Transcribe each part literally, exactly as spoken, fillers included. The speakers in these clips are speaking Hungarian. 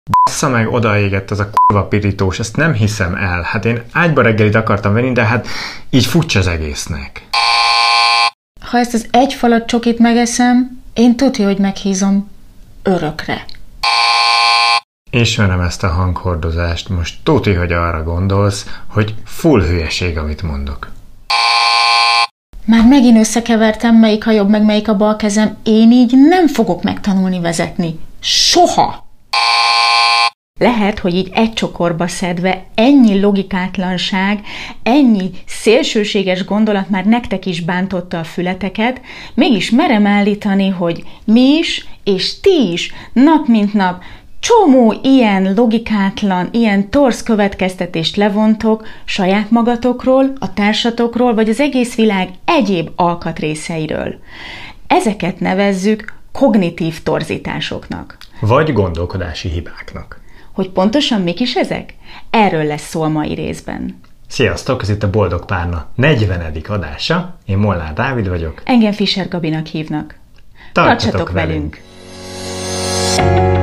Bassza meg, odaégett az a kurva pirítós, ezt nem hiszem el. Hát én ágyba reggelit akartam venni, de hát így futsz az egésznek. Ha ezt az egy falat csokit megeszem, én tudja, hogy meghízom örökre. Ismerem ezt a hanghordozást, most tuti, hogy arra gondolsz, hogy full hülyeség, amit mondok. Már megint összekevertem, melyik a jobb, meg melyik a bal kezem. Én így nem fogok megtanulni vezetni. Soha! Lehet, hogy így egy csokorba szedve ennyi logikátlanság, ennyi szélsőséges gondolat már nektek is bántotta a fületeket, mégis merem állítani, hogy mi is, és ti is nap mint nap csomó ilyen logikátlan, ilyen torz következtetést levontok saját magatokról, a társatokról, vagy az egész világ egyéb alkatrészeiről. Ezeket nevezzük kognitív torzításoknak. Vagy gondolkodási hibáknak. Hogy pontosan mik is ezek? Erről lesz szó a mai részben. Sziasztok, ez itt a Boldog Párna negyvenedik adása. Én Molnár Dávid vagyok. Engem Fischer Gabinak hívnak. Tartsatok, Tartsatok velünk! velünk.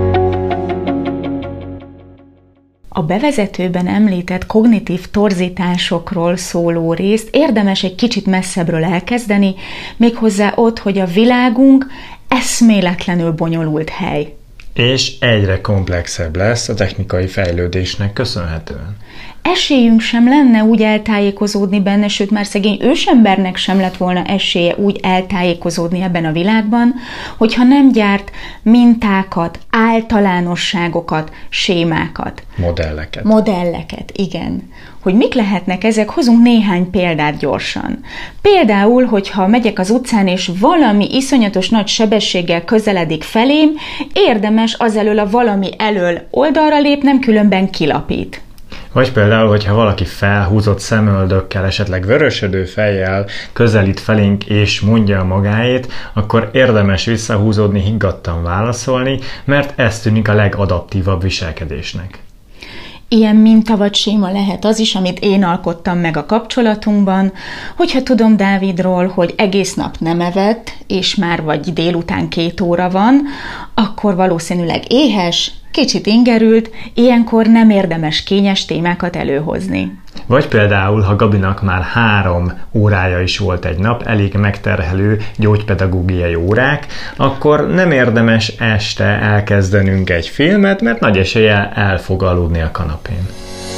A bevezetőben említett kognitív torzításokról szóló részt érdemes egy kicsit messzebbről elkezdeni, méghozzá ott, hogy a világunk eszméletlenül bonyolult hely. És egyre komplexebb lesz a technikai fejlődésnek köszönhetően. Esélyünk sem lenne úgy eltájékozódni benne, sőt már szegény ősembernek sem lett volna esélye úgy eltájékozódni ebben a világban, hogyha nem gyárt mintákat, általánosságokat, sémákat. Modelleket. Modelleket, igen. Hogy mik lehetnek ezek, hozunk néhány példát gyorsan. Például, hogyha megyek az utcán, és valami iszonyatos nagy sebességgel közeledik felém, érdemes azelől a valami elől oldalra lépnem, különben kilapít. Vagy például, hogyha valaki felhúzott szemöldökkel, esetleg vörösödő fejjel közelít felénk és mondja a magáét, akkor érdemes visszahúzódni, higgadtan válaszolni, mert ez tűnik a legadaptívabb viselkedésnek. Ilyen minta vagy séma lehet az is, amit én alkottam meg a kapcsolatunkban, hogyha tudom Dávidról, hogy egész nap nem evett, és már vagy délután két óra van, akkor valószínűleg éhes, kicsit ingerült, ilyenkor nem érdemes kényes témákat előhozni. Vagy például, ha Gabinak már három órája is volt egy nap, elég megterhelő gyógypedagógiai órák, akkor nem érdemes este elkezdenünk egy filmet, mert nagy eséllyel el fog aludni a kanapén.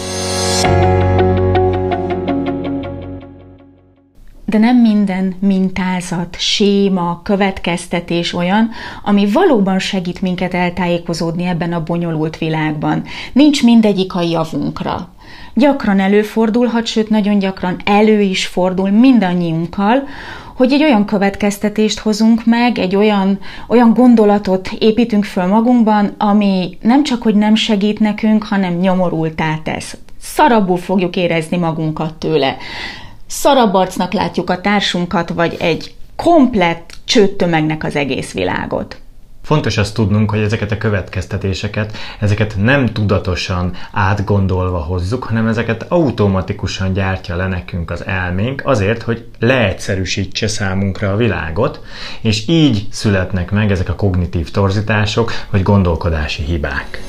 De nem minden mintázat, séma, következtetés olyan, ami valóban segít minket eltájékozódni ebben a bonyolult világban. Nincs mindegyik a javunkra. Gyakran előfordulhat, sőt nagyon gyakran elő is fordul mindannyiunkkal, hogy egy olyan következtetést hozunk meg, egy olyan, olyan gondolatot építünk föl magunkban, ami nem csak, hogy nem segít nekünk, hanem nyomorultá tesz. Szarabbul fogjuk érezni magunkat tőle. Szarabb arcnak látjuk a társunkat, vagy egy komplett csődtömegnek az egész világot. Fontos azt tudnunk, hogy ezeket a következtetéseket, ezeket nem tudatosan átgondolva hozzuk, hanem ezeket automatikusan gyártja le nekünk az elménk azért, hogy leegyszerűsítse számunkra a világot, és így születnek meg ezek a kognitív torzítások, vagy gondolkodási hibák.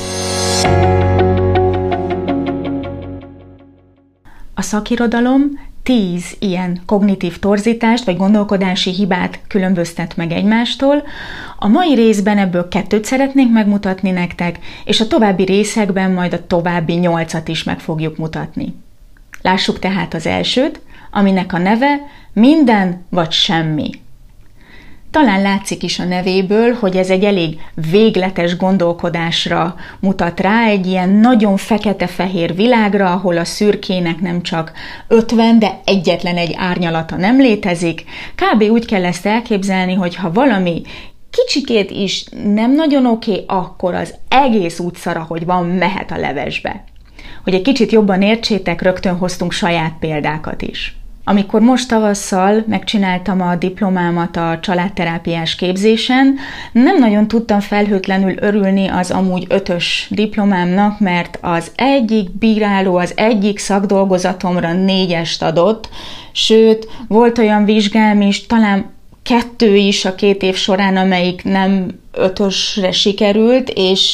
A szakirodalom tíz ilyen kognitív torzítást vagy gondolkodási hibát különböztet meg egymástól. A mai részben ebből kettőt szeretnénk megmutatni nektek, és a további részekben majd a további nyolcat is meg fogjuk mutatni. Lássuk tehát az elsőt, aminek a neve minden vagy semmi. Talán látszik is a nevéből, hogy ez egy elég végletes gondolkodásra mutat rá, egy ilyen nagyon fekete-fehér világra, ahol a szürkének nem csak ötven, de egyetlen egy árnyalata nem létezik. Kb. Úgy kell ezt elképzelni, hogy ha valami kicsikét is nem nagyon oké, akkor az egész úgy szar, ahogy van, mehet a levesbe. Hogy egy kicsit jobban értsétek, rögtön hoztunk saját példákat is. Amikor most tavasszal megcsináltam a diplomámat a családterápiás képzésen, nem nagyon tudtam felhőtlenül örülni az amúgy ötös diplomámnak, mert az egyik bíráló az egyik szakdolgozatomra négyest adott, sőt, volt olyan vizsgám is, talán kettő is a két év során, amelyik nem ötösre sikerült, és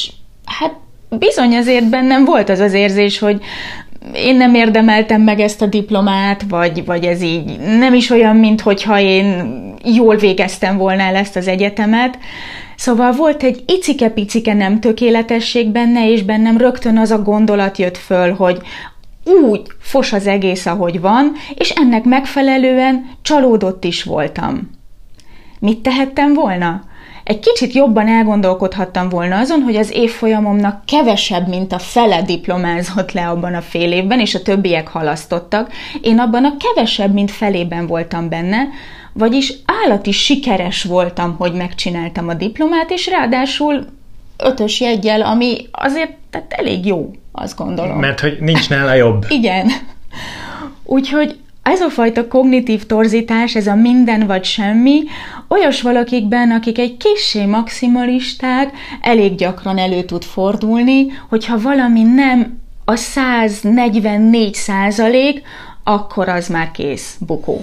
hát bizony azért bennem volt az az érzés, hogy én nem érdemeltem meg ezt a diplomát, vagy, vagy ez így nem is olyan, minthogyha én jól végeztem volna el ezt az egyetemet. Szóval volt egy icike-picike nem tökéletesség benne, és bennem rögtön az a gondolat jött föl, hogy úgy fos az egész, ahogy van, és ennek megfelelően csalódott is voltam. Mit tehettem volna? Egy kicsit jobban elgondolkodhattam volna azon, hogy az évfolyamomnak kevesebb, mint a fele diplomázott le abban a fél évben, és a többiek halasztottak. Én abban a kevesebb, mint felében voltam benne, vagyis állati sikeres voltam, hogy megcsináltam a diplomát, és ráadásul ötös jeggyel, ami azért tehát elég jó, azt gondolom. Mert hogy nincs nála jobb. Igen. Úgyhogy ez a fajta kognitív torzítás, ez a minden vagy semmi, olyas valakikben, akik egy kissé maximalisták, elég gyakran elő tud fordulni, hogyha valami nem a száz negyvennégy százalék, akkor az már kész, bukó.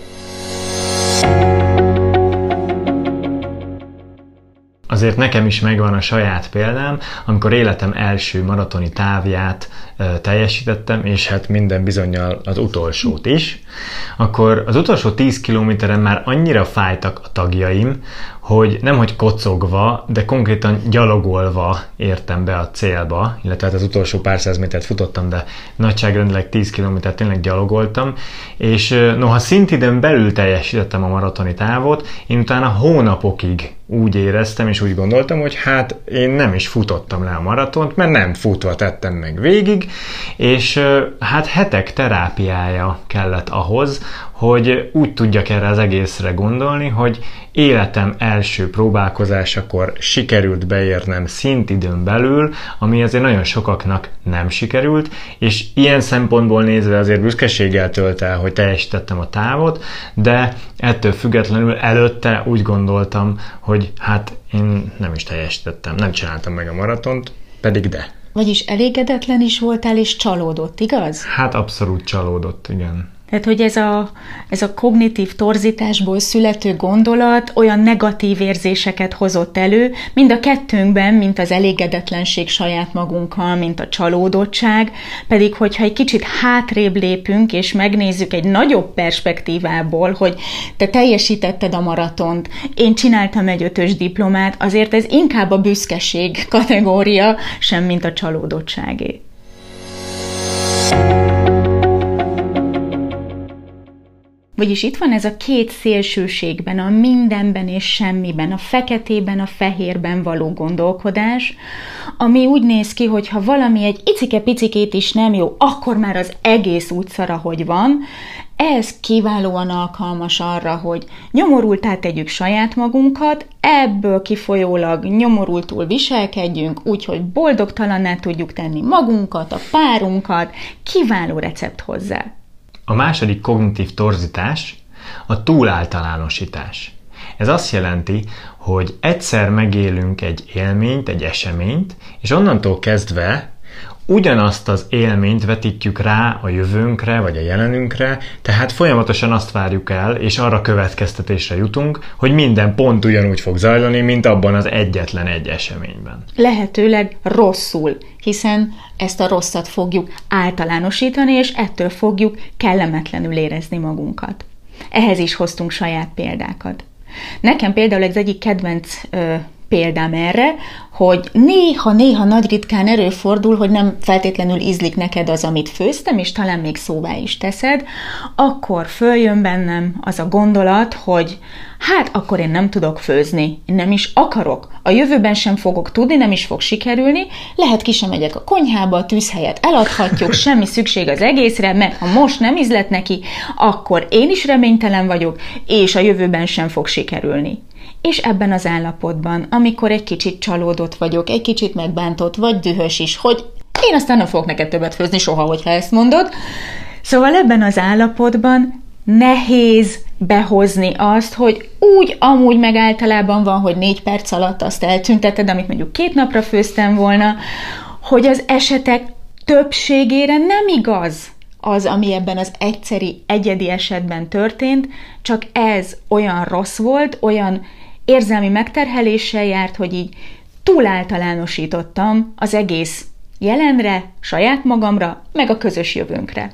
Azért nekem is megvan a saját példám, amikor életem első maratoni távját e, teljesítettem, és hát minden bizonnyal az utolsót is, akkor az utolsó tíz kilométeren már annyira fájtak a tagjaim, hogy nemhogy kocogva, de konkrétan gyalogolva értem be a célba, illetve hát az utolsó pár száz métert futottam, de nagyságrendileg tíz kilométert tényleg gyalogoltam, és noha szintidőn belül teljesítettem a maratoni távot, én utána hónapokig úgy éreztem, és úgy gondoltam, hogy hát én nem is futottam le a maratont, mert nem futva tettem meg végig, és hát hetek terápiája kellett ahhoz, hogy úgy tudjak erre az egészre gondolni, hogy életem első próbálkozásakor sikerült beérnem szintidőn belül, ami azért nagyon sokaknak nem sikerült, és ilyen szempontból nézve azért büszkeséggel tölt el, hogy teljesítettem a távot, de ettől függetlenül előtte úgy gondoltam, hogy hát én nem is teljesítettem, nem csináltam meg a maratont, pedig de. Vagyis elégedetlen is voltál, és csalódott, igaz? Hát abszolút csalódott, igen. Tehát, hogy ez a, ez a kognitív torzításból születő gondolat olyan negatív érzéseket hozott elő, mind a kettőnkben, mint az elégedetlenség saját magunkkal, mint a csalódottság, pedig hogyha egy kicsit hátrébb lépünk, és megnézzük egy nagyobb perspektívából, hogy te teljesítetted a maratont, én csináltam egy ötös diplomát, azért ez inkább a büszkeség kategória, sem mint a csalódottságé. Vagyis itt van ez a két szélsőségben, a mindenben és semmiben, a feketében, a fehérben való gondolkodás, ami úgy néz ki, hogy ha valami egy icike-picikét is nem jó, akkor már az egész úgy szar, ahogy van. Ez kiválóan alkalmas arra, hogy nyomorultá tegyük saját magunkat, ebből kifolyólag nyomorultul viselkedjünk, úgyhogy boldogtalanná tudjuk tenni magunkat, a párunkat, kiváló recept hozzá. A második kognitív torzítás a túláltalánosítás. Ez azt jelenti, hogy egyszer megélünk egy élményt, egy eseményt, és onnantól kezdve ugyanazt az élményt vetítjük rá a jövőnkre, vagy a jelenünkre, tehát folyamatosan azt várjuk el, és arra következtetésre jutunk, hogy minden pont ugyanúgy fog zajlani, mint abban az egyetlen egy eseményben. Lehetőleg rosszul, hiszen ezt a rosszat fogjuk általánosítani, és ettől fogjuk kellemetlenül érezni magunkat. Ehhez is hoztunk saját példákat. Nekem például az egyik kedvenc ö, példám erre, hogy néha-néha nagy ritkán előfordul, hogy nem feltétlenül ízlik neked az, amit főztem, és talán még szóvá is teszed, akkor följön bennem az a gondolat, hogy hát akkor én nem tudok főzni, én nem is akarok, a jövőben sem fogok tudni, nem is fog sikerülni, lehet ki sem megyek a konyhába, a tűzhelyet eladhatjuk, semmi szükség az egészre, mert ha most nem ízlet neki, akkor én is reménytelen vagyok, és a jövőben sem fog sikerülni. És ebben az állapotban, amikor egy kicsit csalódott vagyok, egy kicsit megbántott, vagy dühös is, hogy én aztán nem fogok neked többet főzni soha, hogyha ezt mondod. Szóval ebben az állapotban nehéz behozni azt, hogy úgy amúgy meg általában van, hogy négy perc alatt azt eltünteted, amit mondjuk két napra főztem volna, hogy az esetek többségére nem igaz az, ami ebben az egyszeri, egyedi esetben történt, csak ez olyan rossz volt, olyan érzelmi megterheléssel járt, hogy így túl általánosítottam az egész jelenre, saját magamra, meg a közös jövőnkre.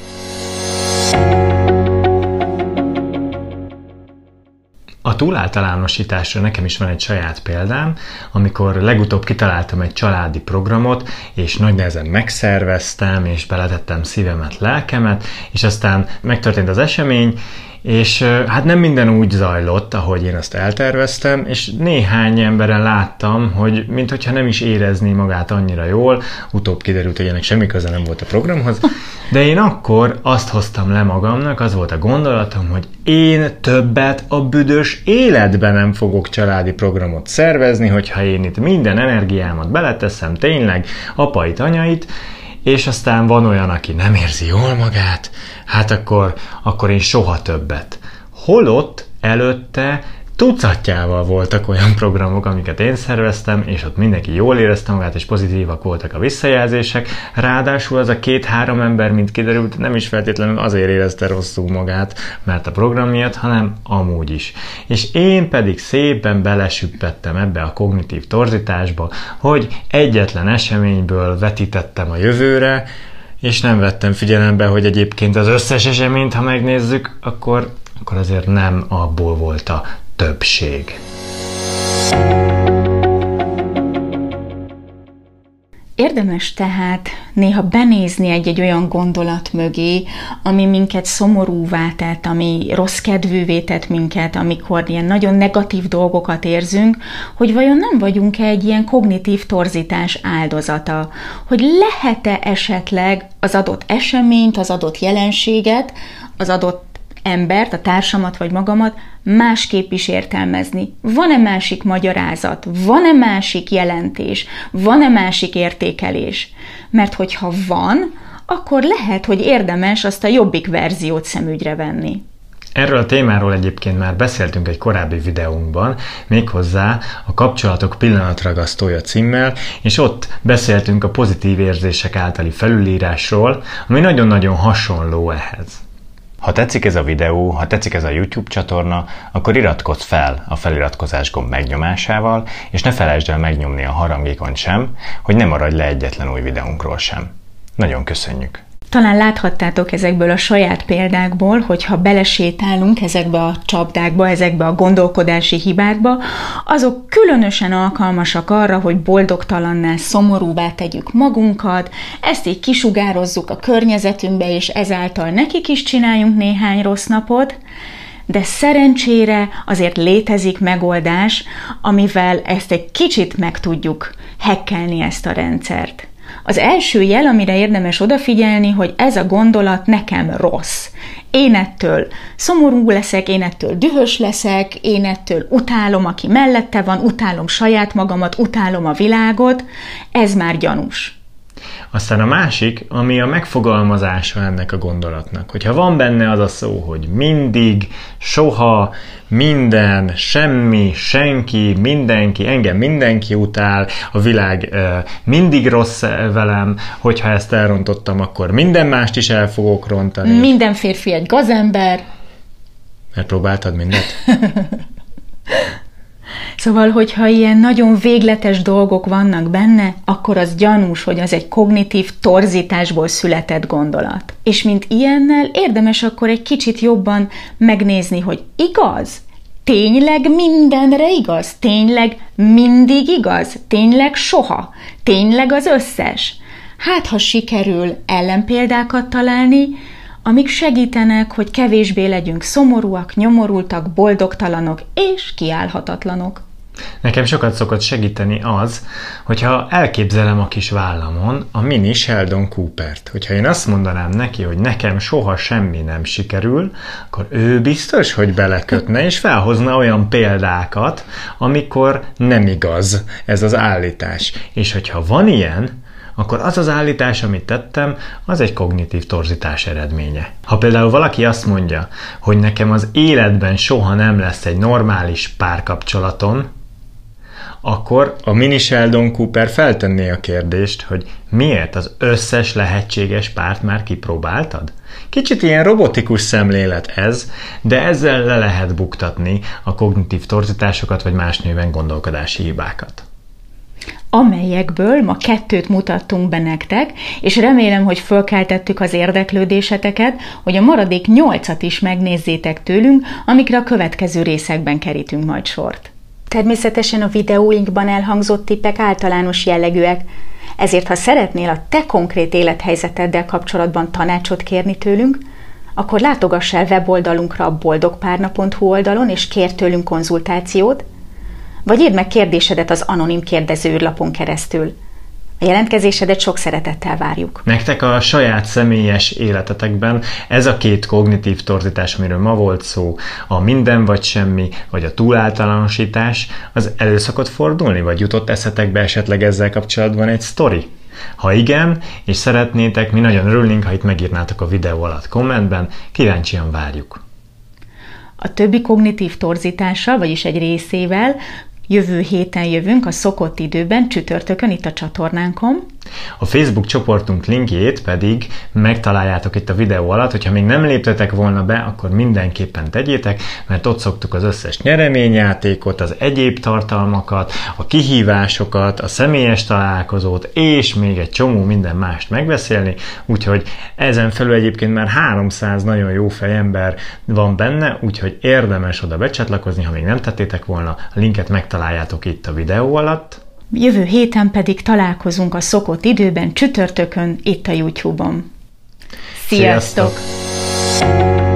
A túláltalánosításra nekem is van egy saját példám, amikor legutóbb kitaláltam egy családi programot, és nagy nehezen megszerveztem, és beletettem szívemet, lelkemet, és aztán megtörtént az esemény, és hát nem minden úgy zajlott, ahogy én azt elterveztem, és néhány emberen láttam, hogy minthogyha nem is érezné magát annyira jól, utóbb kiderült, hogy ennek semmi köze nem volt a programhoz, de én akkor azt hoztam le magamnak, az volt a gondolatom, hogy én többet a büdös életben nem fogok családi programot szervezni, hogyha én itt minden energiámat beleteszem, tényleg apait, anyait, és aztán van olyan, aki nem érzi jól magát, hát akkor, akkor én soha többet. Holott előtte tucatjával voltak olyan programok, amiket én szerveztem, és ott mindenki jól érezte magát, és pozitívak voltak a visszajelzések. Ráadásul az a két-három ember, mint kiderült, nem is feltétlenül azért érezte rosszul magát, mert a program miatt, hanem amúgy is. És én pedig szépen belesüppettem ebbe a kognitív torzításba, hogy egyetlen eseményből vetítettem a jövőre, és nem vettem figyelembe, hogy egyébként az összes eseményt, ha megnézzük, akkor, akkor azért nem abból volt a többség. Érdemes tehát néha benézni egy-egy olyan gondolat mögé, ami minket szomorúvá tett, ami rossz kedvűvé tett minket, amikor ilyen nagyon negatív dolgokat érzünk, hogy vajon nem vagyunk-e egy ilyen kognitív torzítás áldozata, hogy lehet-e esetleg az adott eseményt, az adott jelenséget, az adott embert, a társamat vagy magamat másképp is értelmezni. Van-e másik magyarázat? Van-e másik jelentés? Van-e másik értékelés? Mert hogyha van, akkor lehet, hogy érdemes azt a jobbik verziót szemügyre venni. Erről a témáról egyébként már beszéltünk egy korábbi videónkban, méghozzá a Kapcsolatok pillanatragasztója címmel, és ott beszéltünk a pozitív érzések általi felülírásról, ami nagyon-nagyon hasonló ehhez. Ha tetszik ez a videó, ha tetszik ez a YouTube csatorna, akkor iratkozz fel a feliratkozás gomb megnyomásával, és ne felejtsd el megnyomni a harangikont sem, hogy ne maradj le egyetlen új videónkról sem. Nagyon köszönjük! Talán láthattátok ezekből a saját példákból, hogyha belesétálunk ezekbe a csapdákba, ezekbe a gondolkodási hibákba, azok különösen alkalmasak arra, hogy boldogtalanná, szomorúvá tegyük magunkat, ezt így kisugározzuk a környezetünkbe, és ezáltal nekik is csináljunk néhány rossz napot, de szerencsére azért létezik megoldás, amivel ezt egy kicsit meg tudjuk hekkelni, ezt a rendszert. Az első jel, amire érdemes odafigyelni, hogy ez a gondolat nekem rossz. Én ettől szomorú leszek, én ettől dühös leszek, én ettől utálom, aki mellette van, utálom saját magamat, utálom a világot. Ez már gyanús. Aztán a másik, ami a megfogalmazása ennek a gondolatnak. Hogyha van benne az a szó, hogy mindig, soha, minden, semmi, senki, mindenki, engem mindenki utál, a világ uh, mindig rossz velem, hogyha ezt elrontottam, akkor minden mást is el fogok rontani. Minden férfi egy gazember. Mert próbáltad mindet? Szóval, hogyha ilyen nagyon végletes dolgok vannak benne, akkor az gyanús, hogy az egy kognitív torzításból született gondolat. És mint ilyennel érdemes akkor egy kicsit jobban megnézni, hogy igaz? Tényleg mindenre igaz? Tényleg mindig igaz? Tényleg soha? Tényleg az összes? Hát, ha sikerül ellenpéldákat találni, amik segítenek, hogy kevésbé legyünk szomorúak, nyomorultak, boldogtalanok és kiállhatatlanok. Nekem sokat szokott segíteni az, hogyha elképzelem a kis vállamon a mini Sheldon Coopert. Hogyha én azt mondanám neki, hogy nekem soha semmi nem sikerül, akkor ő biztos, hogy belekötne és felhozna olyan példákat, amikor nem igaz ez az állítás. És hogyha van ilyen, akkor az az állítás, amit tettem, az egy kognitív torzítás eredménye. Ha például valaki azt mondja, hogy nekem az életben soha nem lesz egy normális párkapcsolatom, akkor a mini Sheldon Cooper feltenné a kérdést, hogy miért az összes lehetséges párt már kipróbáltad? Kicsit ilyen robotikus szemlélet ez, de ezzel le lehet buktatni a kognitív torzításokat, vagy más néven gondolkodási hibákat. amelyekből ma kettőt mutattunk be nektek, és remélem, hogy fölkeltettük az érdeklődéseteket, hogy a maradék nyolcat is megnézzétek tőlünk, amikre a következő részekben kerítünk majd sort. Természetesen a videóinkban elhangzott tippek általános jellegűek, ezért ha szeretnél a te konkrét élethelyzeteddel kapcsolatban tanácsot kérni tőlünk, akkor látogass el weboldalunkra a boldogpárna pont hu oldalon, és kérj tőlünk konzultációt, vagy írd meg kérdésedet az anonim kérdezőrlapon keresztül. A jelentkezésedet sok szeretettel várjuk. Nektek a saját személyes életetekben ez a két kognitív torzítás, amiről ma volt szó, a minden vagy semmi, vagy a túláltalánosítás, az elő szokott fordulni, vagy jutott eszetekbe esetleg ezzel kapcsolatban egy sztori? Ha igen, és szeretnétek, mi nagyon örülnénk, ha itt megírnátok a videó alatt kommentben, kíváncsian várjuk. A többi kognitív torzítással, vagyis egy részével jövő héten jövünk a szokott időben, csütörtökön itt a csatornánkon. A Facebook csoportunk linkjét pedig megtaláljátok itt a videó alatt, hogyha még nem léptetek volna be, akkor mindenképpen tegyétek, mert ott szoktuk az összes nyereményjátékot, az egyéb tartalmakat, a kihívásokat, a személyes találkozót, és még egy csomó minden mást megbeszélni, úgyhogy ezen felül egyébként már háromszáz nagyon jó fejember van benne, úgyhogy érdemes oda becsatlakozni, ha még nem tettétek volna, a linket megtaláljátok itt a videó alatt. Jövő héten pedig találkozunk a szokott időben, csütörtökön, itt a YouTube-on. Sziasztok! Sziasztok!